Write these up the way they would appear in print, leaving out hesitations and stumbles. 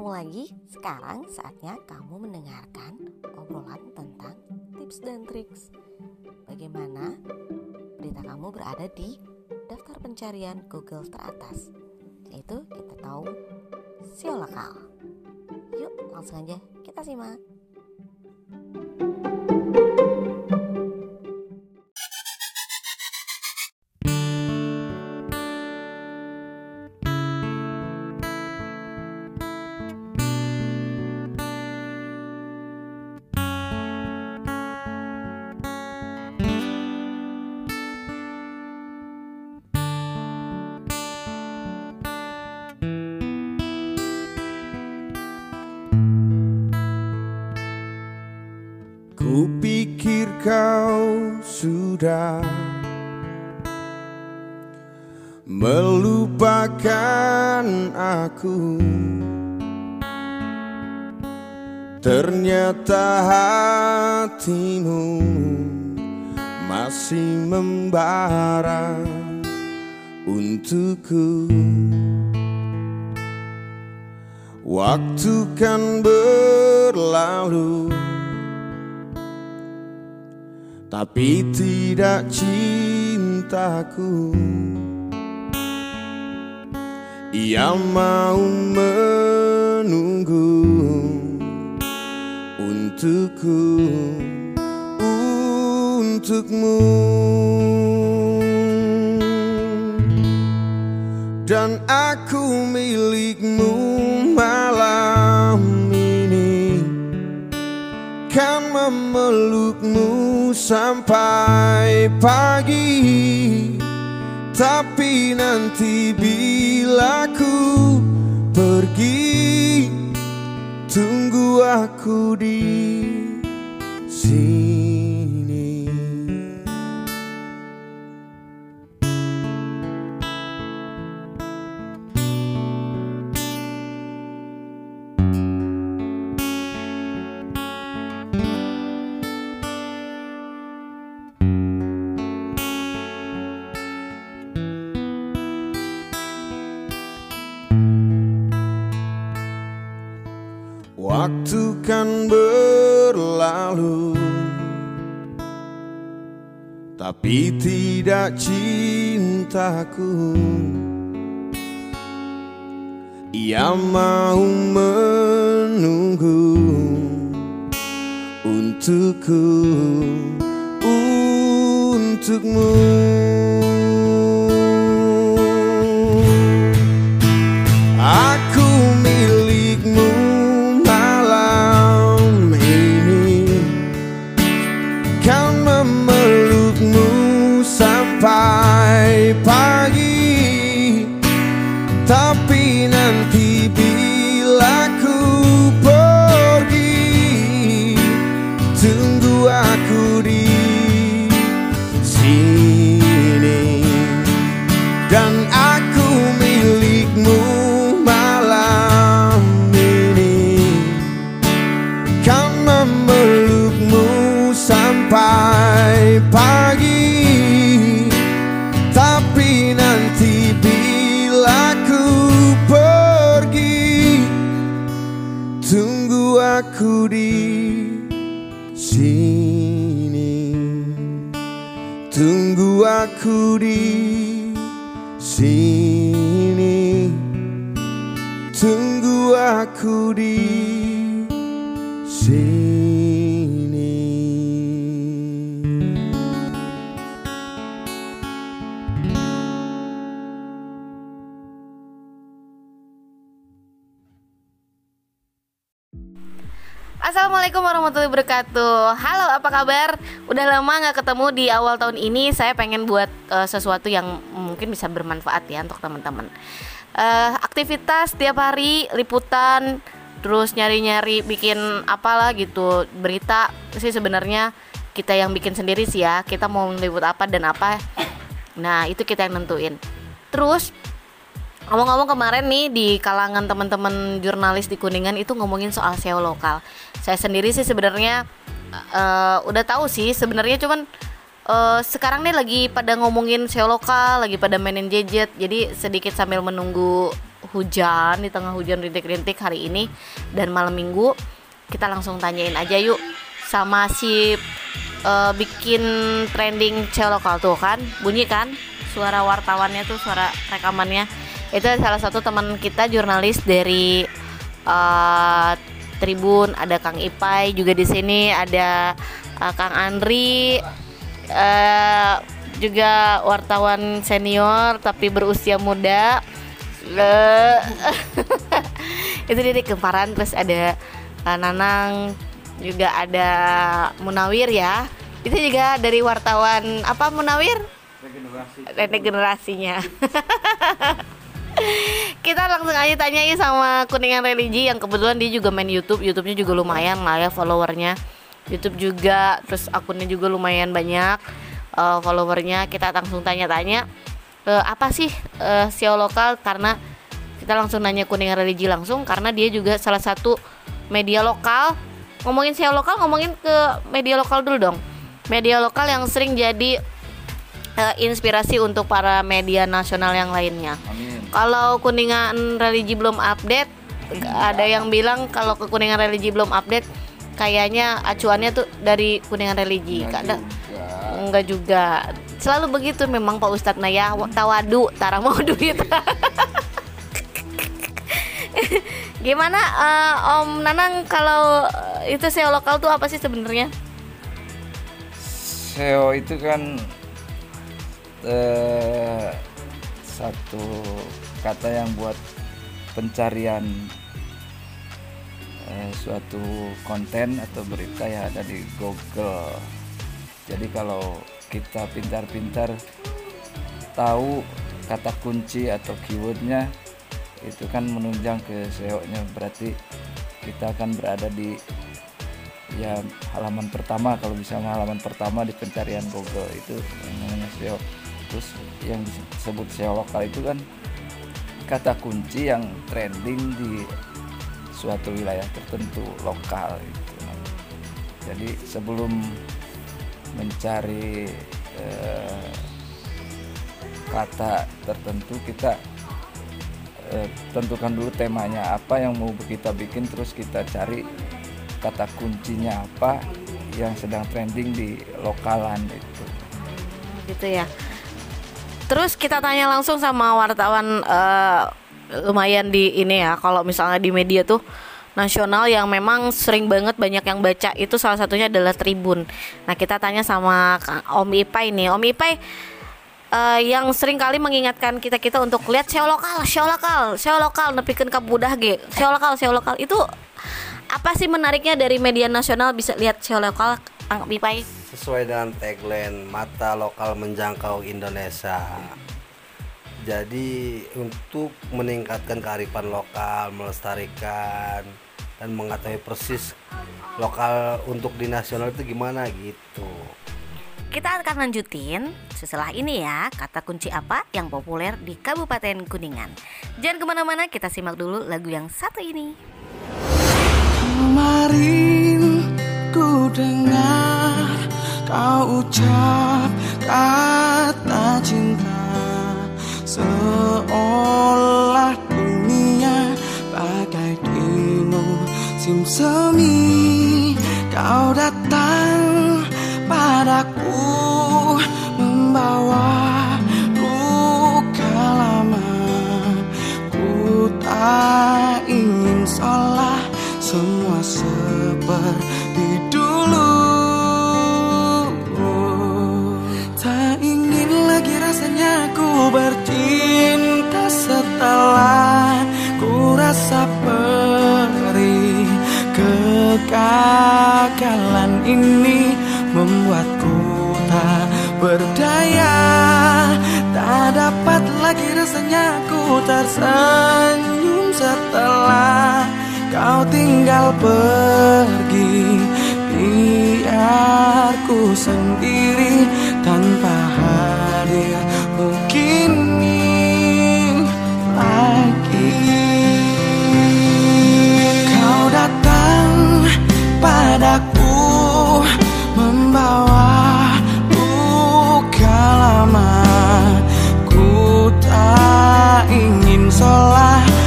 ketemu lagi. Sekarang saatnya kamu mendengarkan obrolan tentang tips dan triks bagaimana berita kamu berada di daftar pencarian Google teratas, yaitu kita tahu SEO lokal. Yuk langsung aja kita simak. Kupikir kau sudah melupakan aku, ternyata hatimu masih membara untukku. Waktu kan berlalu, tapi tidak cintaku. Ia mau menunggu untukmu, dan aku milikmu malam ini, kan memelukmu sampai pagi. Tapi nanti bila ku pergi, tunggu aku di sini. Waktu kan berlalu, tapi tidak cintaku. Ia mau menunggu untukmu. Aku milikmu malam ini, kan memelukmu sampai pagi. Tapi nanti bila ku pergi, tunggu aku di sini. Dan aku milikmu malam ini, kan memelukmu sampai pagi. Tapi nanti bila ku pergi, tunggu aku di sini. Tunggu aku di sini. Tunggu aku di sini. Assalamualaikum warahmatullahi wabarakatuh. Halo, apa kabar? Udah lama gak ketemu. Di awal tahun ini saya pengen buat sesuatu yang mungkin bisa bermanfaat ya untuk teman-teman. Aktivitas tiap hari, liputan, terus nyari-nyari bikin apalah gitu. Berita sih sebenarnya kita yang bikin sendiri sih ya. Kita mau meliput apa dan apa, nah itu kita yang nentuin. Terus ngomong-ngomong, kemarin nih di kalangan teman-teman jurnalis di Kuningan itu ngomongin soal SEO lokal. Saya sendiri sih sebenarnya udah tahu sih sebenarnya, cuman sekarang nih lagi pada ngomongin SEO lokal, lagi pada mainin gadget. Jadi sedikit sambil menunggu hujan, di tengah hujan rintik-rintik hari ini dan malam minggu. Kita langsung tanyain aja yuk sama si bikin trending cewek lokal tuh kan, bunyi kan suara wartawannya tuh, suara rekamannya. Itu salah satu teman kita, jurnalis dari Tribun. Ada Kang Ipai juga di sini, ada Kang Andri, juga wartawan senior tapi berusia muda. Itu dia kemparan. Terus ada Nanang, juga ada Munawir ya. Itu juga dari wartawan apa, Munawir? Regenerasinya. Kita langsung aja tanyain sama Kuningan Religi yang kebetulan dia juga main YouTube. YouTube-nya juga lumayan lah ya followernya. YouTube juga, terus akunnya juga lumayan banyak followernya. Kita langsung tanya-tanya apa sih SEO lokal, karena kita langsung nanya Kuningan Religi langsung karena dia juga salah satu media lokal. Ngomongin SEO lokal, ngomongin ke media lokal dulu dong. Media lokal yang sering jadi inspirasi untuk para media nasional yang lainnya. Amin. Kalau Kuningan Religi belum update, ada yang bilang kalau ke Kuningan Religi belum update, kayaknya acuannya tuh dari Kuningan Religi. Enggak juga. Selalu begitu memang Pak Ustadz Naya, tawadu, tara mau duit. Gimana Om Nanang, kalau itu SEO lokal tuh apa sih sebenarnya? SEO itu kan satu kata yang buat pencarian suatu konten atau berita yang ada di Google. Jadi kalau kita pintar-pintar tahu kata kunci atau keywordnya, itu kan menunjang ke SEO-nya, berarti kita akan berada di halaman pertama. Kalau misalnya halaman pertama di pencarian Google, itu namanya SEO. Terus yang disebut SEO lokal itu kan kata kunci yang trending di suatu wilayah tertentu, lokal itu. Jadi sebelum mencari kata tertentu, kita tentukan dulu temanya apa yang mau kita bikin, terus kita cari kata kuncinya apa yang sedang trending di lokalan itu. Gitu ya. Terus kita tanya langsung sama wartawan lumayan di ini ya, kalau misalnya di media tuh nasional yang memang sering banget banyak yang baca, itu salah satunya adalah Tribun. Nah, kita tanya sama Om Ipai nih. Om Ipai, yang sering kali mengingatkan kita untuk lihat SEO lokal, nepikeun ka budah ge. SEO lokal itu apa sih menariknya dari media nasional bisa lihat SEO lokal, Kang Ipai? Sesuai dengan tagline mata lokal menjangkau Indonesia. Jadi untuk meningkatkan kearifan lokal, melestarikan dan mengetahui persis lokal untuk di nasional itu gimana gitu. Kita akan lanjutin setelah ini ya, kata kunci apa yang populer di Kabupaten Kuningan. Jangan kemana-mana, kita simak dulu lagu yang satu ini. Kemarin ku dengar kau ucap kata cinta, seolah dunia bagai di musim semi. Kau datang padaku membawa luka lama. Ku tak ingin seolah semua seperti dulu. Tak ingin lagi rasanya ku bercinta setelah ku rasa perih. Kegagalan ini membuatku tak berdaya. Tak dapat lagi rasanya ku tersenyum setelah kau tinggal pergi. Biar ku sendiri tanpa hadir begini lagi. Kau datang padaku membawa luka lama. Ku tak ingin seolah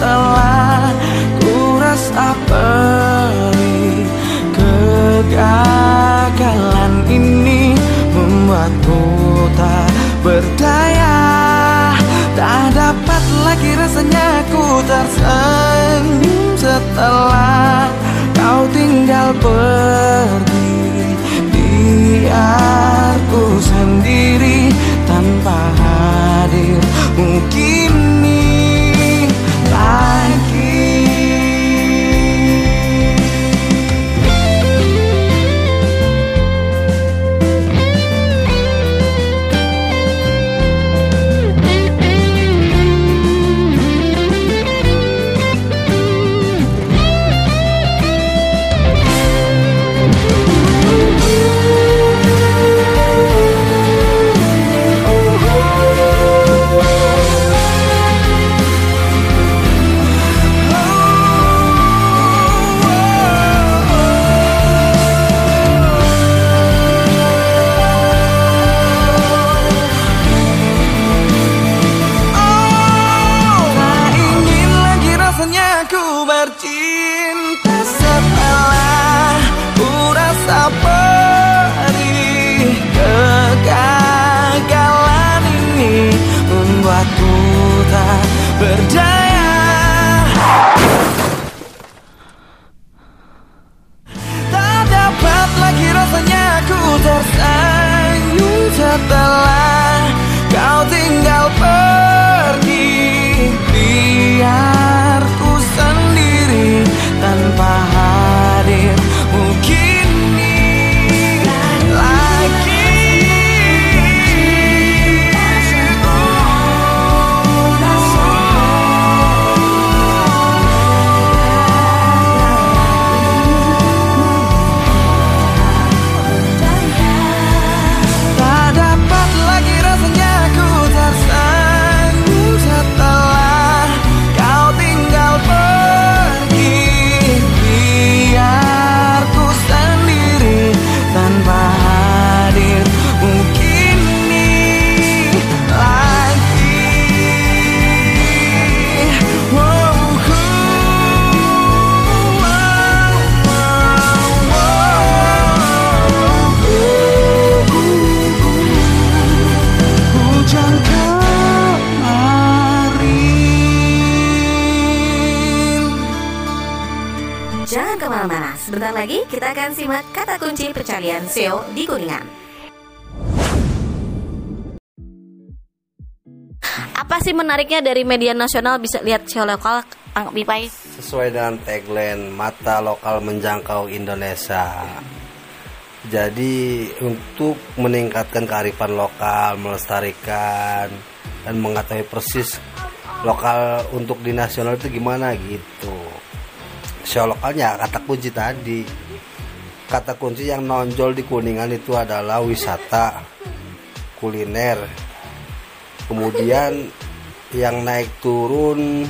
setelah ku rasa perih. Kegagalan ini membuatku tak berdaya. Tak dapat lagi rasanya ku tersenyum setelah kau tinggal pergi. Biar ku sendiri tanpa hadirmu kini lagi. Bercinta setelah ku rasa perih. Kegagalan ini membuatku tak berdaya. Tak dapat lagi rasanya ku tersenyum setelah kau tinggal pergi. Biar ku sendiri tanpa hadirmu kini lagi. Tak dapat lagi rasanya ku tersenyum setelah kau tinggal pergi. Biar ku sendiri tanpa hadirmu kini lagi. Hujan kemarin. Jangan kemana-mana, sebentar lagi kita akan simak kata kunci percalian SEO di Kuningan. Apa sih menariknya dari media nasional bisa lihat SEO lokal, Ang Pipai? Sesuai dengan tagline mata lokal menjangkau Indonesia. Jadi untuk meningkatkan kearifan lokal, melestarikan dan mengetahui persis lokal untuk di nasional itu gimana gitu. SEO lokalnya kata kunci tadi. Kata kunci yang nonjol di Kuningan itu adalah wisata, kuliner. Kemudian yang naik turun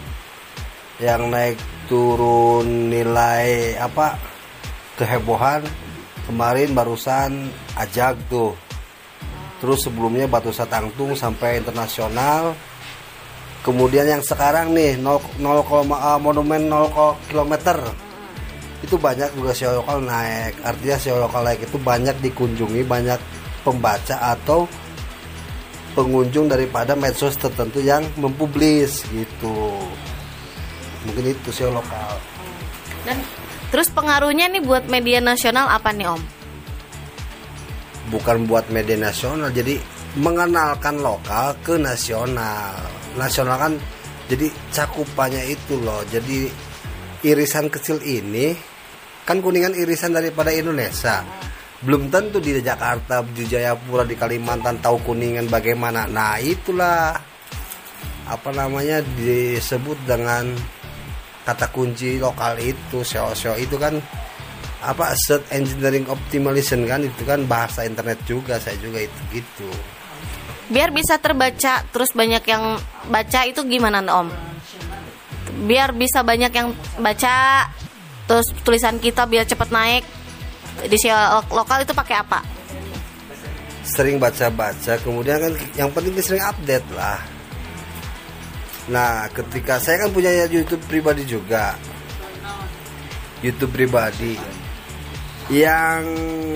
nilai apa? Kehebohan kemarin barusan Ajag tuh. Terus sebelumnya Batu Satangtung sampai internasional. Kemudian yang sekarang nih 0, monumen 0 km itu banyak juga SEO lokal naik. Artinya SEO lokal naik itu banyak dikunjungi, banyak pembaca atau pengunjung daripada medsos tertentu yang mempublis gitu. Mungkin itu SEO lokal. Dan terus pengaruhnya nih buat media nasional apa nih Om? Bukan buat media nasional, jadi mengenalkan lokal ke nasional. Nasional kan jadi cakupannya itu loh. Jadi irisan kecil ini kan Kuningan irisan daripada Indonesia. Belum tentu di Jakarta, di Jayapura, di Kalimantan tahu Kuningan bagaimana. Nah itulah apa namanya disebut dengan kata kunci lokal itu. SEO itu kan apa, search engineering optimization kan, itu kan bahasa internet juga, saya juga itu gitu. Biar bisa terbaca terus banyak yang baca itu gimana Om? Biar bisa banyak yang baca terus tulisan kita biar cepat naik di SEO lokal itu pakai apa? Sering baca-baca, kemudian kan yang penting sering update lah. Nah, ketika saya kan punya YouTube pribadi juga, YouTube pribadi yang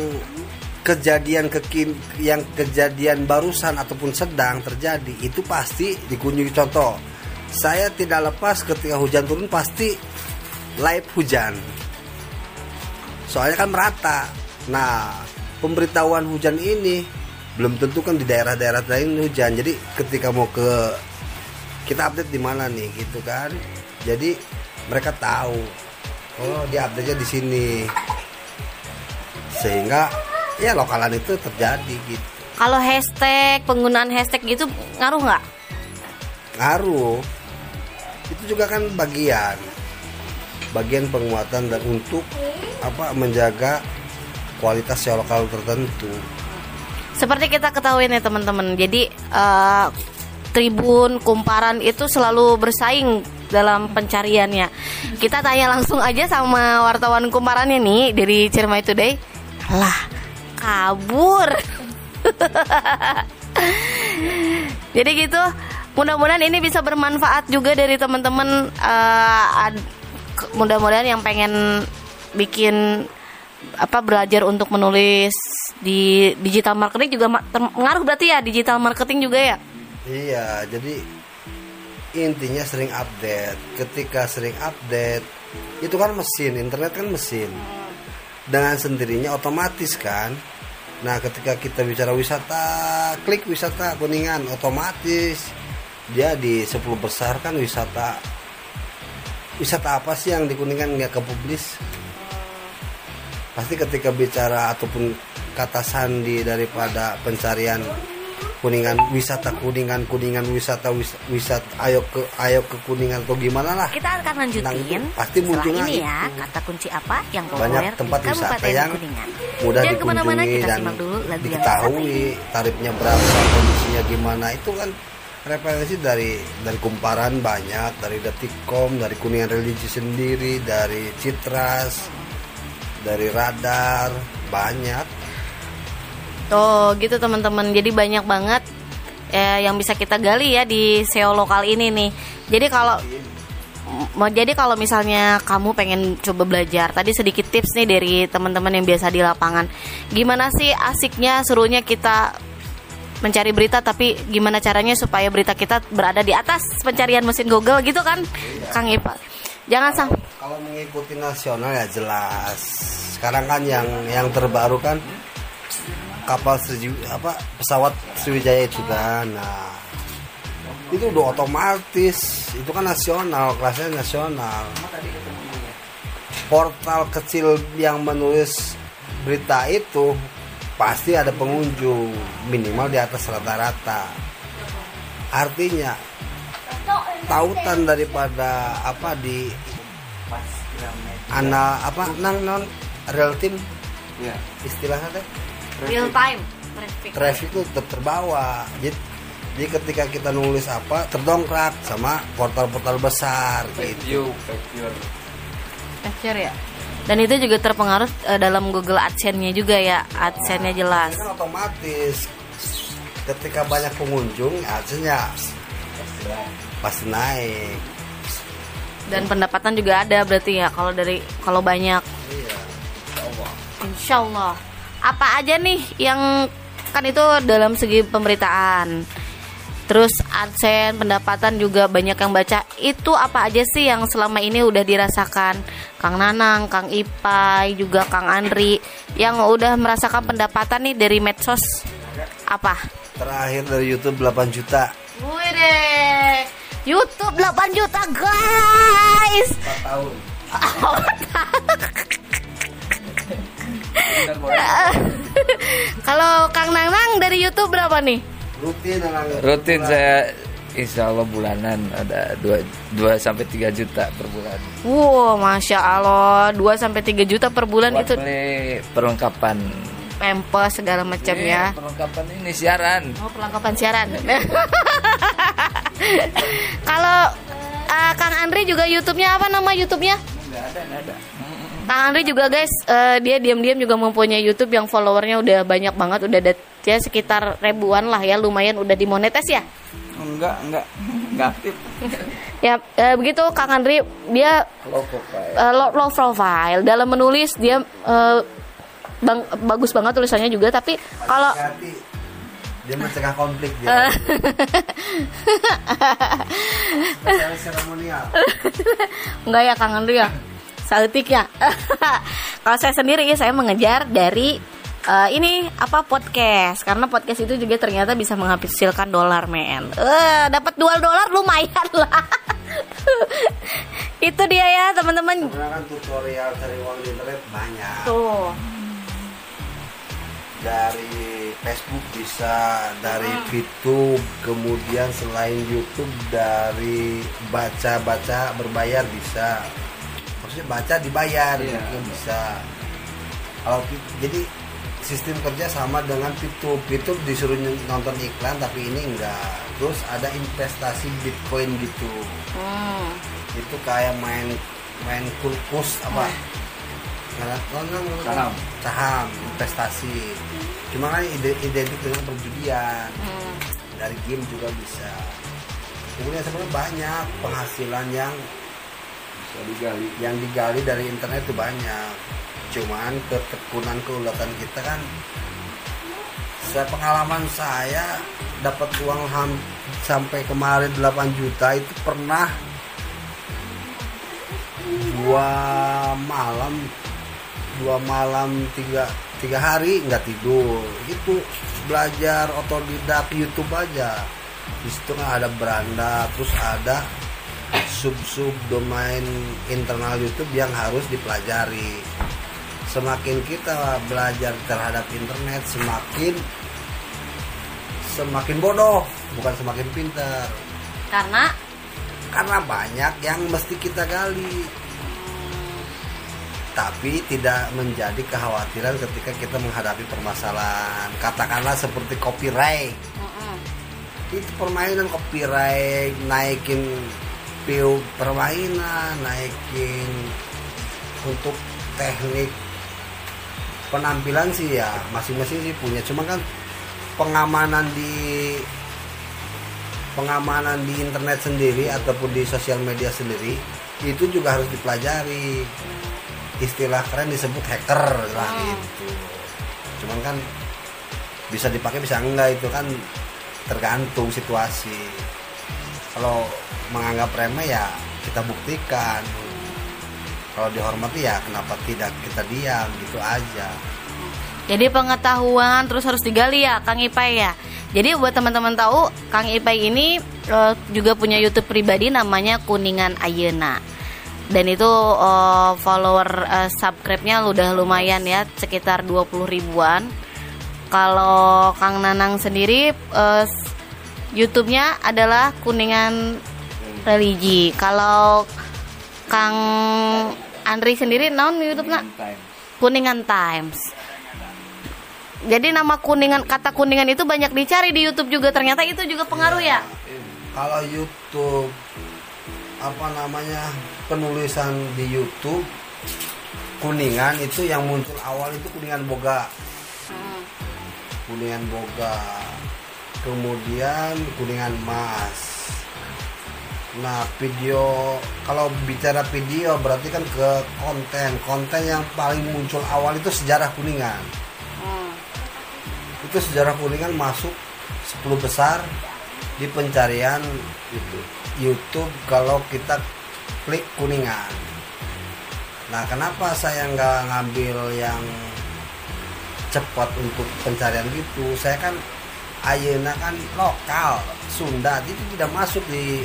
kejadian barusan ataupun sedang terjadi itu pasti dikunjungi. Contoh, saya tidak lepas ketika hujan turun pasti live hujan. Soalnya kan merata. Nah, pemberitahuan hujan ini belum tentu kan di daerah-daerah lain hujan. Jadi ketika mau kita update di mana nih gitu kan. Jadi mereka tahu, oh dia update-nya di sini. Sehingga ya lokalan itu terjadi gitu. Kalau hashtag, penggunaan hashtag gitu ngaruh nggak? Ngaruh. Itu juga kan bagian penguatan dan untuk menjaga kualitas SEO lokal tertentu. Seperti kita ketahui nih teman-teman. Jadi Tribun, Kumparan itu selalu bersaing dalam pencariannya. Kita tanya langsung aja sama wartawan Kumparannya nih dari Ciremai Today. Lah, kabur. Jadi gitu. Mudah-mudahan ini bisa bermanfaat juga dari teman-teman. Mudah-mudahan yang pengen bikin belajar untuk menulis di digital marketing juga mengaruh berarti ya, digital marketing juga ya. Iya, jadi intinya sering update. Ketika sering update, itu kan mesin, internet kan mesin. Dengan sendirinya otomatis kan. Nah, ketika kita bicara wisata, klik wisata Kuningan, otomatis dia di 10 besar kan wisata apa sih yang di Kuningan nggak kepublis? Pasti ketika bicara ataupun kata sandi daripada pencarian Kuningan wisata wisata ayo ke Kuningan atau gimana lah. Kita akan lanjutin pasti muncul ini ya itu. Kata kunci apa yang populer banyak tempat di wisata Kabupaten yang Kuningan. Mudah Dan dikunjungi kita dan simak dulu lagu diketahui tarifnya berapa, kondisinya gimana. Itu kan referensi dari Kumparan banyak, dari Detikcom, dari Kuningan Religi sendiri, dari Citras, dari Radar, banyak. Tuh gitu teman-teman. Jadi banyak banget yang bisa kita gali ya di SEO lokal ini nih. Jadi kalau misalnya kamu pengen coba belajar, tadi sedikit tips nih dari teman-teman yang biasa di lapangan. Gimana sih asiknya, serunya kita mencari berita, tapi gimana caranya supaya berita kita berada di atas pencarian mesin Google gitu kan, Kang Ipa. Jangan kalau mengikuti nasional ya jelas. Sekarang kan yang terbaru kan kapal pesawat Sriwijaya itu kan. Nah, itu udah otomatis, itu kan nasional, kelasnya nasional. Portal kecil yang menulis berita itu pasti ada pengunjung minimal di atas rata-rata. Artinya tautan daripada real time ya, istilahnya deh real time traffic itu terbawa. Jadi ketika kita nulis terdongkrak sama portal-portal besar gitu. Capture ya. Dan itu juga terpengaruh dalam Google AdSense-nya juga ya. AdSense-nya jelas. Kan otomatis ketika banyak pengunjung AdSense-nya pasti naik. Dan pendapatan juga ada berarti ya kalau banyak. Iya. Insya Allah. Apa aja nih yang kan itu dalam segi pemberitaan. Terus AdSense, pendapatan juga banyak yang baca. Itu apa aja sih yang selama ini udah dirasakan Kang Nanang, Kang Ipai, juga Kang Andri yang udah merasakan pendapatan nih dari medsos? Apa? Terakhir dari YouTube 8 juta. Wih deh, YouTube 8 juta guys. 4 tahun. Kalau Kang Nanang dari YouTube berapa nih? Rutin saya insya Allah bulanan ada 2-3 juta per bulan. Wow, Masya Allah, 2-3 juta per bulan. Buat itu beli perlengkapan Pampers segala macam ya. Perlengkapan ini siaran. Oh, perlengkapan siaran. Kalau Kang Andri juga YouTube-nya apa nama YouTube-nya? Nggak ada. Kang Andri juga guys, dia diam-diam juga mempunyai YouTube yang followernya udah banyak banget, udah ada ya sekitar ribuan lah ya, lumayan udah dimonetis ya. Enggak. nggak aktif. Ya begitu Kang Andri, dia Low profile. low profile dalam menulis dia bagus banget tulisannya juga, tapi kalau Hati-hati, dia mencegah konflik dia. Spesialis seremonial. enggak ya Kang Andri ya, saeutik ya. Kalau saya sendiri saya mengejar dari ini podcast, karena podcast itu juga ternyata bisa menghasilkan dolar, men. Dapat $2 lumayan lah. Itu dia ya teman-teman. Sebenarnya kan tutorial cari uang di internet banyak. Tuh. Dari Facebook bisa, dari YouTube, kemudian selain YouTube dari baca berbayar bisa. Maksudnya baca dibayar gitu bisa. Kalau jadi sistem kerja sama dengan YouTube disuruh nonton iklan, tapi ini enggak. Terus ada investasi Bitcoin gitu. Itu kayak main kulkus apa? Saham investasi. Cuma kan identik dengan perjudian. Dari game juga bisa. Kemudian sebenarnya banyak penghasilan yang Bisa digali. yang digali dari internet itu banyak. Cuman ketekunan keulatan kita kan, pengalaman saya dapat uang sampai kemarin 8 juta itu pernah 2 malam 3 hari nggak tidur. Itu belajar otodidak YouTube aja. Di situ kan ada beranda, terus ada sub domain internal YouTube yang harus dipelajari. Semakin kita belajar terhadap internet, semakin bodoh, bukan semakin pintar. Karena Banyak yang mesti kita gali. Tapi tidak menjadi kekhawatiran ketika kita menghadapi permasalahan. Katakanlah seperti copyright. Itu permainan copyright, naikin view permainan, naikin untuk teknik penampilan sih ya masing-masing sih punya. Cuma kan pengamanan di internet sendiri ataupun di sosial media sendiri itu juga harus dipelajari. Istilah keren disebut hacker lah gitu. Cuman kan bisa dipakai bisa enggak, itu kan tergantung situasi. Kalau menganggap remeh ya kita buktikan. Kalau dihormati ya kenapa tidak kita diam, gitu aja. jadi pengetahuan terus harus digali ya Kang Ipai ya. Jadi buat teman-teman tahu, Kang Ipai ini juga punya YouTube pribadi namanya Kuningan Ayeuna. Dan itu follower subscribe-nya udah lumayan ya, sekitar 20 ribuan. Kalau Kang Nanang sendiri YouTube-nya adalah Kuningan Religi. Kalau Kang Andri sendiri naon YouTube-nya? Kuningan Times. Jadi nama kata Kuningan itu banyak dicari di YouTube juga, ternyata itu juga pengaruh ya. Kalau YouTube penulisan di YouTube Kuningan itu yang muncul awal itu Kuningan Boga. Kuningan Boga. Kemudian Kuningan Mas. Nah, video, kalau bicara video berarti kan ke konten yang paling muncul awal itu sejarah Kuningan. Itu sejarah Kuningan masuk 10 besar di pencarian YouTube kalau kita klik Kuningan. Nah, kenapa saya nggak ngambil yang cepat untuk pencarian gitu? Saya kan ayeuna kan lokal Sunda, itu tidak masuk di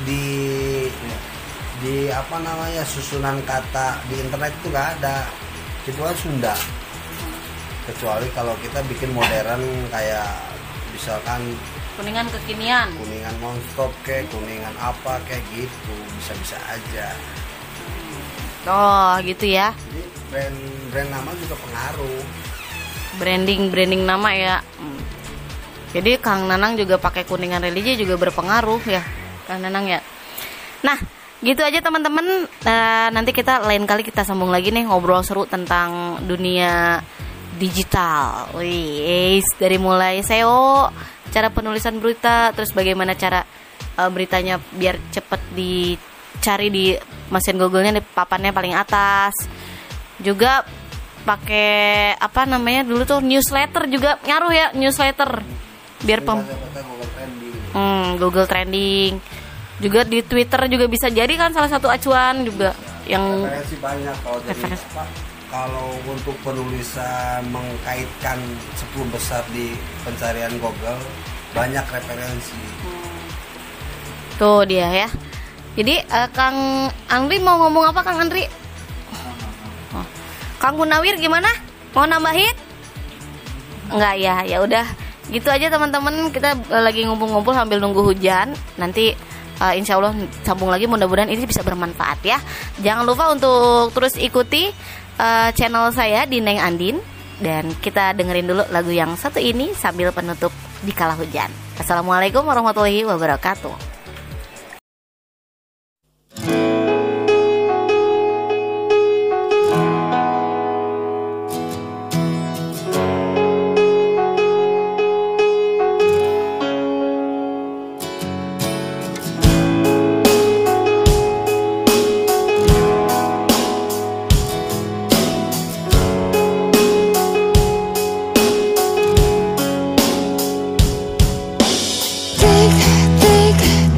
susunan kata di internet itu nggak ada, kecuali Sunda. Kecuali kalau kita bikin modern kayak misalkan Kuningan kekinian, Kuningan nonstop kayak Kuningan apa kayak gitu, bisa aja. Oh gitu ya. Jadi brand nama juga pengaruh. Branding nama ya. Jadi Kang Nanang juga pakai Kuningan Religi juga berpengaruh ya Kang Nanang ya. Nah gitu aja teman-teman. Nanti kita lain kali kita sambung lagi nih ngobrol seru tentang dunia digital. Wih, dari mulai SEO, cara penulisan berita, terus bagaimana cara beritanya biar cepet dicari di mesin Google-nya, di papannya paling atas. Juga pakai apa namanya dulu tuh, newsletter juga ngaruh ya, newsletter biar Google Trending. Juga di Twitter juga bisa jadi kan salah satu acuan juga yang referensi banyak kalau untuk penulisan mengkaitkan 10 besar di pencarian Google, banyak referensi. Tuh dia ya. Jadi Kang Andri mau ngomong apa, Kang Andri? Oh. Kang Munawir gimana? Mau nambahin? Enggak ya, ya udah gitu aja teman-teman. Kita lagi ngumpul-ngumpul sambil nunggu hujan. Nanti insya Allah sambung lagi, mudah-mudahan ini bisa bermanfaat ya. Jangan lupa untuk terus ikuti channel saya di Neng Andin. Dan kita dengerin dulu lagu yang satu ini sambil penutup di kala hujan. Assalamualaikum warahmatullahi wabarakatuh. Take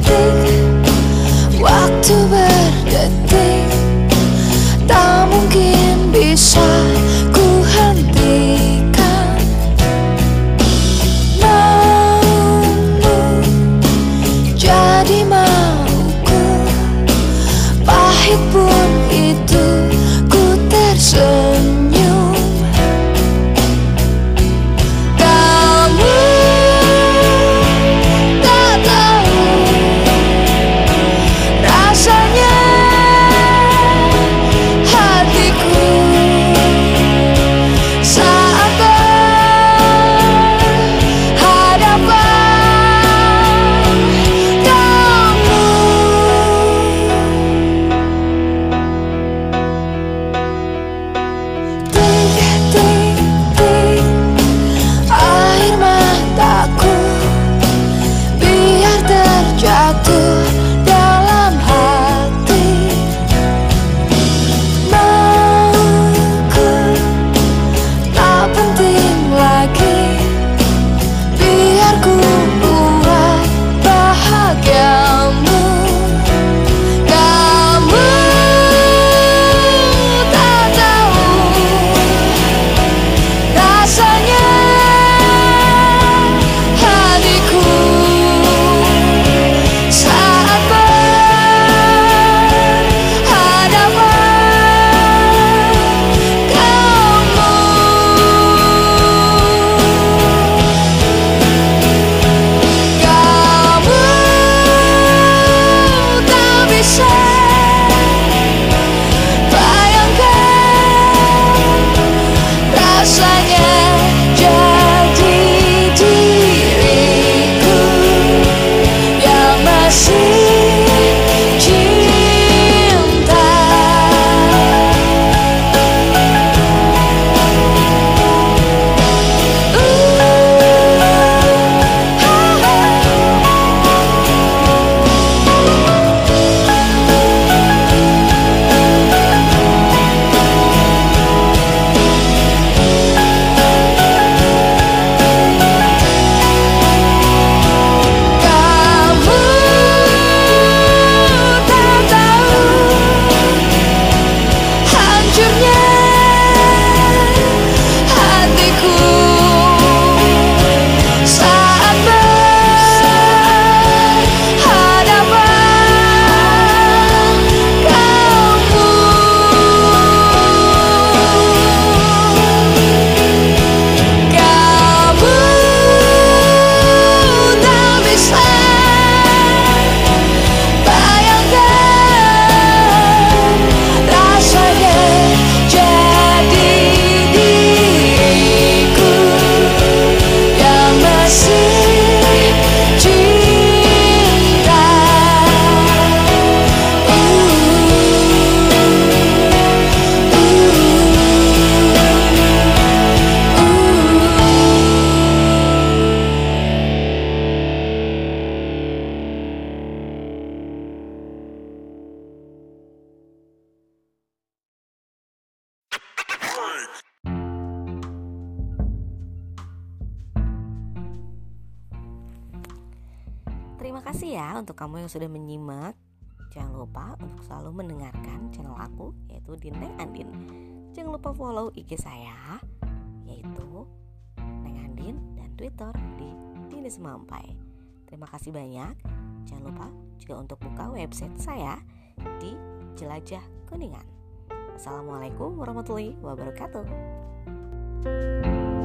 Terima kasih ya untuk kamu yang sudah menyimak. Jangan lupa untuk selalu mendengarkan channel aku, yaitu Neng Andin. Jangan lupa follow IG saya, yaitu Neng Andin, dan Twitter di Dini Semampai. Terima kasih banyak. Jangan lupa juga untuk buka website saya di Jelajah Kuningan. Assalamualaikum warahmatullahi wabarakatuh.